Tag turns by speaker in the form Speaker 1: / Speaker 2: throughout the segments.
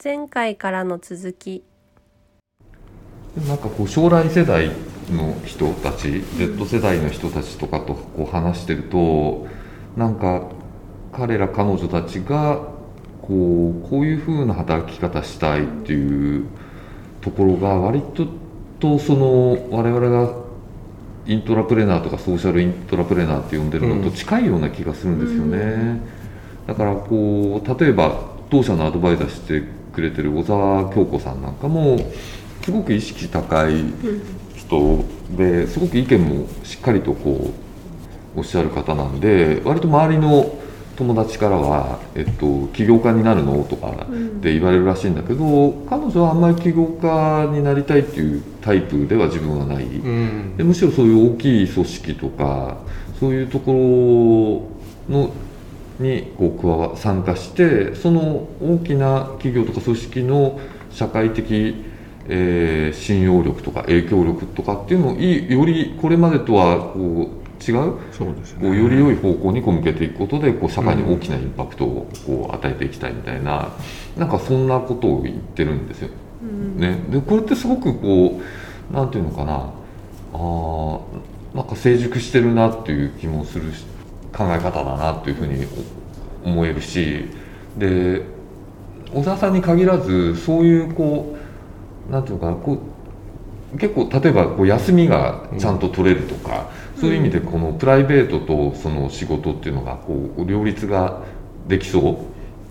Speaker 1: 前回からの続き。
Speaker 2: なんかこう将来世代の人たち、Z 世代の人たちとかとこう話してると、なんか彼ら彼女たちがこういう風な働き方したいっていうところが割とその我々がイントラプレナーとかソーシャルイントラプレナーって呼んでるのと近いような気がするんですよね。だからこう例えば当社のアドバイザーしてくれてる小沢京子さんなんかもすごく意識高い人ですごく意見もしっかりとこうおっしゃる方なんで、割と周りの友達からは、起業家になるのとかって言われるらしいんだけど、彼女はあんまり起業家になりたいっていうタイプでは自分はない、でむしろそういう大きい組織とかそういうところのにこう参加して、その大きな企業とか組織の社会的、信用力とか影響力とかっていうのをよりこれまでとはこう違う、
Speaker 3: そうですね、
Speaker 2: こうより良い方向にこう向けていくことでこう社会に大きなインパクトをこう与えていきたいみたいな、なんかそんなことを言ってるんですよ、ね。でこれってすごくこうなんていうのかな、なんか成熟してるなっていう気もする考え方だなっていうふうに思えるし、で小沢さんに限らずそういうこうなんていうのかな、こう結構例えばこう休みがちゃんと取れるとか、そういう意味でこのプライベートとその仕事っていうのがこう両立ができそう、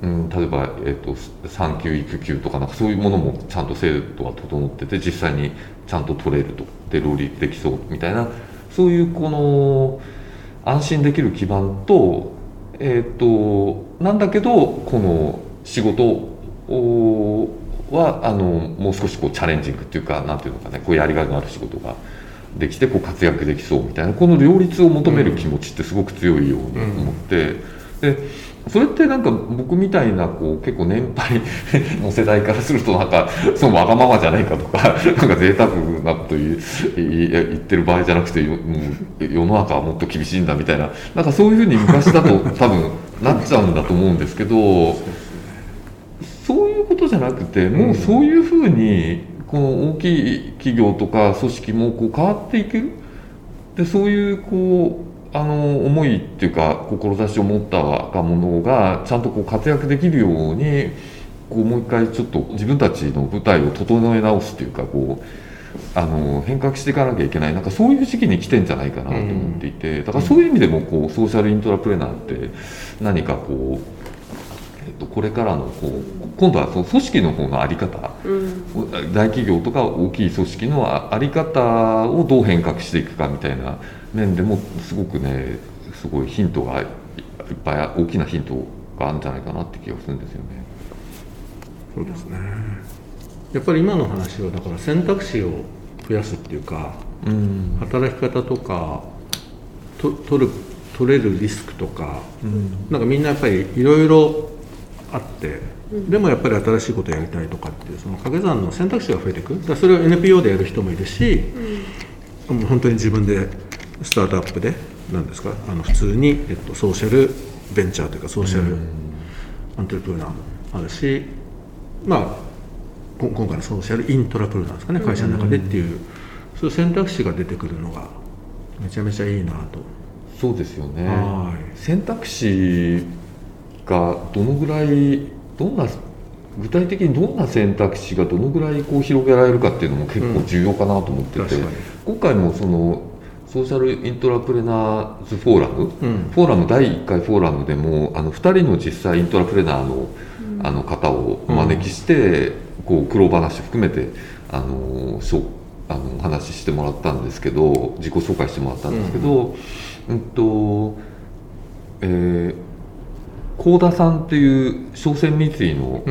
Speaker 2: 例えば、産休育休とかなんかそういうものもちゃんと制度は整ってて実際にちゃんと取れるとで両立できそうみたいな、そういうこの安心できる基盤と、なんだけどこの仕事はもう少しこうチャレンジングっていうか、なんていうのかね、こうやりがいのある仕事ができてこう活躍できそうみたいな、この両立を求める気持ちってすごく強いように思って、でそれってなんか僕みたいなこう結構年配の世代からするとなんかそのわがままじゃないかとかなんか贅沢なこと言ってる場合じゃなくてもう世の中はもっと厳しいんだみたいな、なんかそういうふうに昔だと多分なっちゃうんだと思うんですけど、そういうことじゃなくてもうそういうふうにこの大きい企業とか組織もこう変わっていく、でそういうこう思いっていうか志を持った若者がちゃんとこう活躍できるようにこうもう一回ちょっと自分たちの舞台を整え直すっていうか、こう変革していかなきゃいけない、なんかそういう時期に来てんじゃないかなと思っていて、だからそういう意味でもこうソーシャルイントラプレナーって何かこうこれからのこう今度はその組織の方の在り方、大企業とか大きい組織の在り方をどう変革していくかみたいな面でもすごくね、すごいヒントがいっぱい大きなヒントがあるんじゃないかなって気がするんですよね。
Speaker 3: そうですね。やっぱり今の話はだから選択肢を増やすっていうか、働き方とか取れるリスクとか、なんかみんなやっぱりいろいろあって、でもやっぱり新しいことをやりたいとかっていうその掛け算の選択肢が増えていく。だからそれを NPO でやる人もいるし、もう本当に自分でスタートアップで何ですか、普通に、ソーシャルベンチャーというかソーシャルアントレプレナーもあるし、まあ今回のソーシャルイントラプレナーですかね、会社の中でっていう、そういう選択肢が出てくるのがめちゃめちゃいいなと。
Speaker 2: そうですよね。選択肢がどのぐらい具体的にどんな選択肢がどのぐらいこう広げられるかっていうのも結構重要かなと思ってて、今回のそのソーシャルイントラプレナーズフォーラム、第1回フォーラムでも2人の実際イントラプレナーの、方をお招きして、こう苦労話含めてお話ししてもらったんですけど、自己紹介してもらったんですけど、幸田さんっていう商船三井の、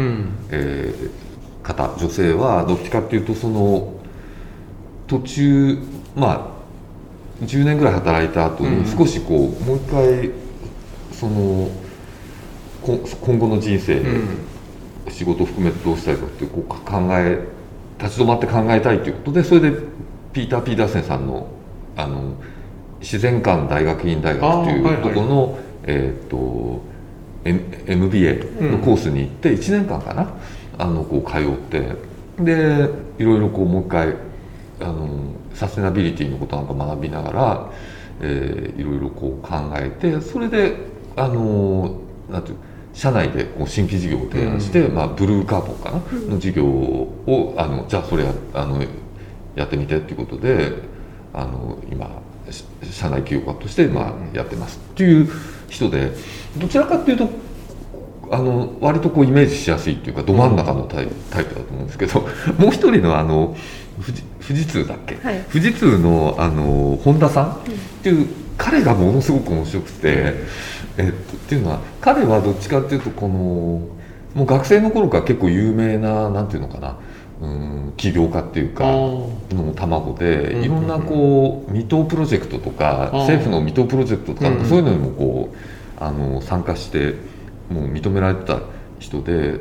Speaker 2: 女性はどっちかっていうとその途中10年ぐらい働いた後に少しこうもう一回その今後の人生、仕事を含めてどうしたいかってこう立ち止まって考えたいということで、それでピーター・ピーターセンさんの自然館大学院大学というところの、MBA のコースに行って1年間かな、 こう通ってでいろいろこうもう一回サステナビリティのことなんか学びながら、いろいろこう考えてそれでなんていう社内でこう新規事業を提案して、ブルーカーボンかな、の事業をじゃあそれやってみてっていうことで今社内起業家としてやってますっていう人で、どちらかっていうと割とこうイメージしやすいっていうかど真ん中のタイプだと思うんですけど、もう一人の富士通だっけ、はい、富士通の本田さんっていう、彼がものすごく面白くて、っていうのは彼はどっちかっていうともう学生の頃から結構有名ななんていうのかな、起業家っていうかの卵で、いろんなこう未踏プロジェクトとか政府の未踏プロジェクトとか、そういうのにもこう参加してもう認められてた人で、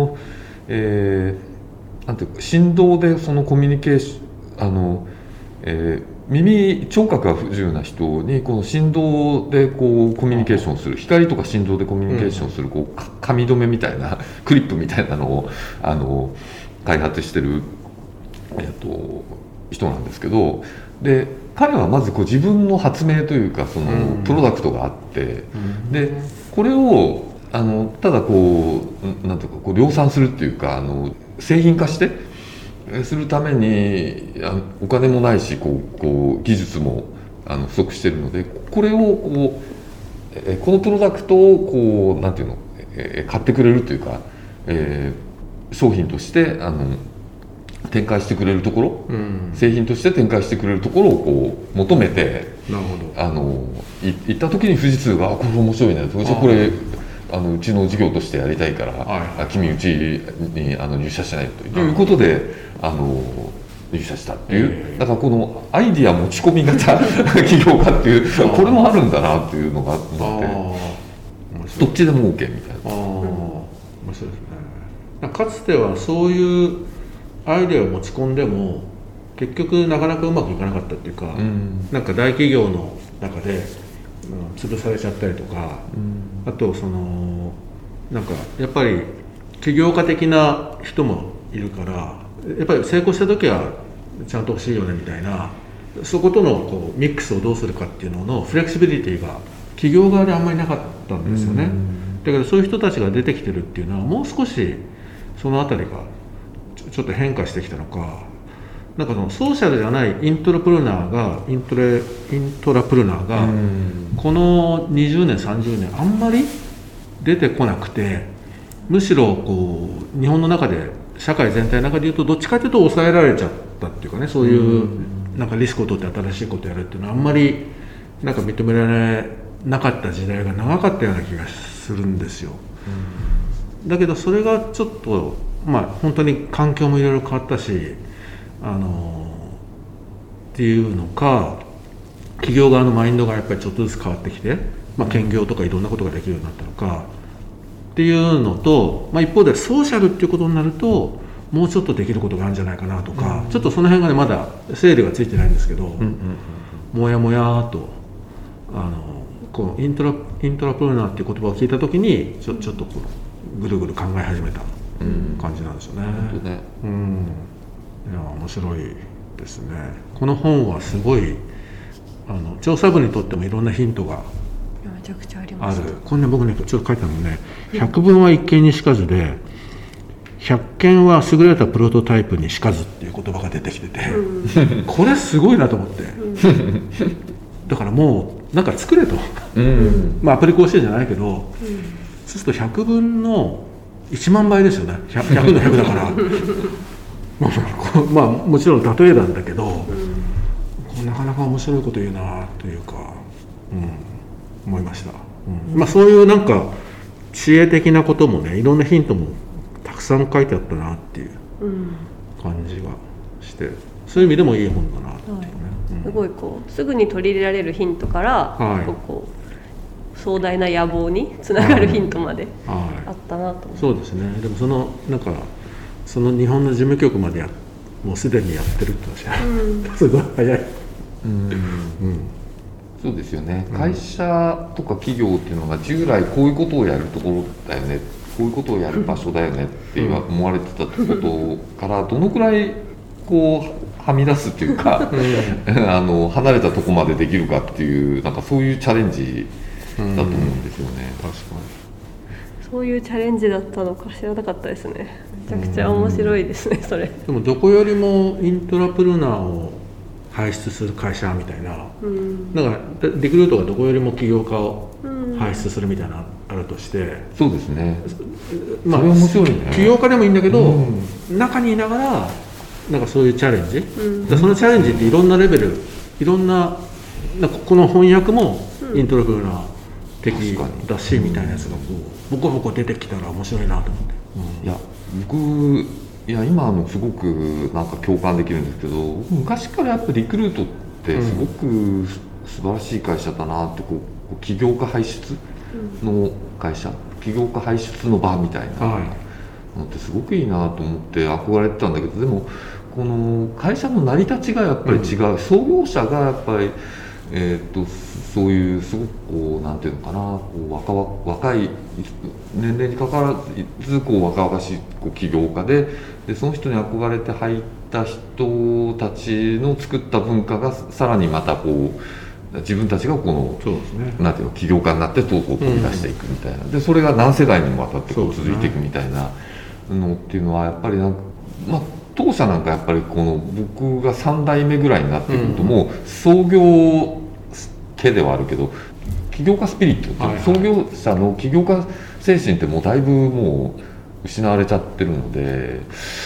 Speaker 2: なんていうか振動でそのコミュニケーション聴覚が不自由な人にこの振動でこうコミュニケーションする、光とか振動でコミュニケーションするこう紙留めみたいなクリップみたいなのを開発してる、人なんですけど、で彼はまずこう自分の発明というかそのプロダクトがあって、でこれをただこうなんていうかこう量産するっていうか製品化してするためにお金もないしこう技術も不足しているので、これをこのプロダクトをこうなんていうの、買ってくれるというか、商品として展開してくれるところ、製品として展開してくれるところをこう求めて、なるほど行った時に富士通がこれ面白いね、じゃあこれうちの事業としてやりたいから、君うちに入社しないということで入社したっていう、だからこのアイディア持ち込み型起業家っていうこれもあるんだなっていうのがあって、どっちでも OK みたいな。
Speaker 3: 面白いですね。かつてはそういうアイデアを持ち込んでも結局なかなかうまくいかなかったっていうか、なんか大企業の中で潰されちゃったりとか、あとなんかやっぱり起業家的な人もいるから、やっぱり成功した時はちゃんと欲しいよねみたいな、そことのこうミックスをどうするかっていうののフレキシビリティが企業側であんまりなかったんですよね。だからそういう人たちが出てきてるっていうのはもう少しそのあたりがちょっと変化してきたのか、なんかソーシャルじゃないイントラプルナーがこの20年30年あんまり出てこなくて、むしろこう日本の中で社会全体の中でいうとどっちかというと抑えられちゃったっていうかね、そういうなんかリスクを取って新しいことをやるっていうのはあんまりなんか認められなかった時代が長かったような気がするんですよ。だけどそれがちょっと本当に環境もいろいろ変わったしっていうのか、企業側のマインドがやっぱりちょっとずつ変わってきて、兼業とかいろんなことができるようになったのかっていうのと、一方でソーシャルっていうことになるともうちょっとできることがあるんじゃないかなとか、ちょっとその辺がねまだ整理がついてないんですけど、もやもやとこうイントラプルナーっていう言葉を聞いた時にちょっとこうぐるぐる考え始めた感じなんですよね。いや面白いですね。この本はすごい調査部にとってもいろんなヒントが
Speaker 1: めちゃくちゃあります。
Speaker 3: これね僕ねちょっと書いてあるのね、百聞は一見にしかずで百見は優れたプロトタイプにしかずっていう言葉が出てきてて、これすごいなと思って、だからもうなんか作れと、アプリ講師じゃないけど、そうすると100分の1万倍ですよね。 100の100だからもちろん例えなんだけど、なかなか面白いこと言うなというか、思いました。そういうなんか知恵的なこともね、いろんなヒントもたくさん書いてあったなっていう感じがして、そういう意味でもいい本だなっていうね、
Speaker 1: すごいこうすぐに取り入れられるヒントから、こう壮大な野望につながるヒントまであったなと思って。
Speaker 3: そうですね。でもなんかその日本の事務局までもうすでにやってるって話は、すごい早い。
Speaker 2: そうですよね。会社とか企業っていうのが従来こういうことをやるところだよねっそういうことをやる場所だよねって思われてたことからどのくらいこうはみ出すっていうか離れたとこまでできるかっていうなんかそういうチャレンジだと思うんですよね。
Speaker 3: 確かに
Speaker 1: そういうチャレンジだったのか知らなかったですね。めちゃくちゃ面白いですねそれ。
Speaker 3: でもどこよりもイントラプルナーを輩出する会社みたいな、だからリクルートがどこよりも起業家を輩出するみたいなあるとして、
Speaker 2: そうですね、
Speaker 3: まあ、
Speaker 2: それ面白いね。
Speaker 3: 起業家でもいいんだけど、中にいながらなんかそういうチャレンジ、そのチャレンジっていろんなレベル、いろんなこの翻訳もイントラプルナー的だしみたいなやつがこうボコボコ出てきたら面白いなと思って、
Speaker 2: いや僕今すごくなんか共感できるんですけど、昔からやっぱりリクルートってすごく素晴らしい会社だなってこう起業家輩出の会社、起業家輩出の場みたいなのってすごくいいなと思って憧れてたんだけど、でもこの会社の成り立ちがやっぱり違う、創業者がやっぱりそういうすごくこうなんていうのかな、こう若い年齢にかかわらずこう若々しいこう起業家でその人に憧れて入った人たちの作った文化がさらにまたこう自分たちがこの
Speaker 3: そうですね、
Speaker 2: なんていうの起業家になって飛び出していくみたいな、でそれが何世代にもわたってこう続いていくみたいなのっていうのはやっぱりなんか当社なんかやっぱりこの僕が3代目ぐらいになってくるともう創業家ではあるけど起業家スピリットって、創業者の起業家精神ってもうだいぶもう失われちゃってるので、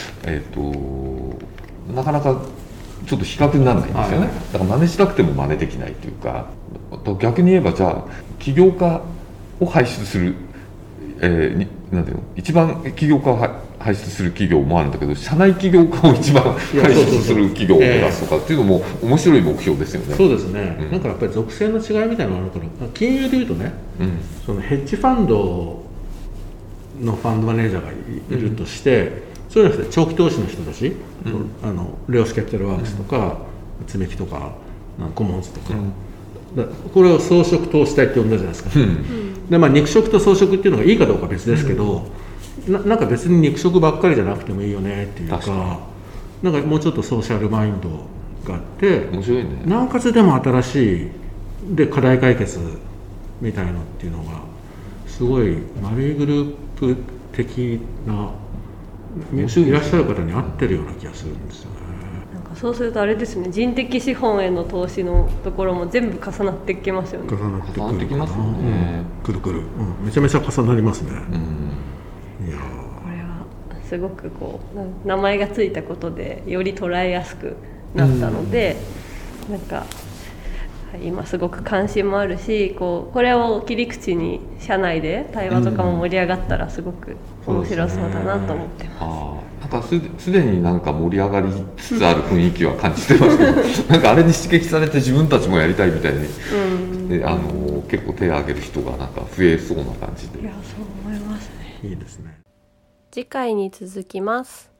Speaker 2: なかなかちょっと比較にならないんですよね、だから真似しなくても真似できないというか、逆に言えばじゃあ起業家を輩出する、なんていうの、一番起業家を輩出する企業もあるんだけど、社内起業家を一番輩出する企業を目指すとかっていうのも面白い目標ですよね。
Speaker 3: そうですね、なんかやっぱり属性の違いみたいなのがあるから、金融でいうとね、そのヘッジファンドのファンドマネージャーがいるとして、そういうのって長期投資の人たち、レオスキャピタルワークスとか、積み木とかコモンズとか、これを装飾投資体って呼んだじゃないですか、で肉食と装飾っていうのがいいかどうかは別ですけど、なんか別に肉食ばっかりじゃなくてもいいよねっていうか、なんかもうちょっとソーシャルマインドがあって
Speaker 2: 面白いね、
Speaker 3: なおかつでも新しいで課題解決みたいなのっていうのがすごいマリーグループ的ないらっしゃる方に合ってるような気がするんですよね。
Speaker 1: なんかそうするとあれですね、人的資本への投資のところも全部重なってきますよね。
Speaker 3: 重なって
Speaker 2: きますよね、
Speaker 3: くるくる、めちゃめちゃ重なりますね、いや
Speaker 1: これはすごくこう名前がついたことでより捉えやすくなったので、なんか今すごく関心もあるし、これを切り口に社内で対話とかも盛り上がったらすごく面白そうだなと思ってます。
Speaker 2: なんかすでになんか盛り上がりつつある雰囲気は感じてますけどなんかあれに刺激されて自分たちもやりたいみたいに、結構手を挙げる人がなんか増えそうな感じで。
Speaker 1: いや、そう思いますね。
Speaker 3: いいですね。
Speaker 1: 次回に続きます。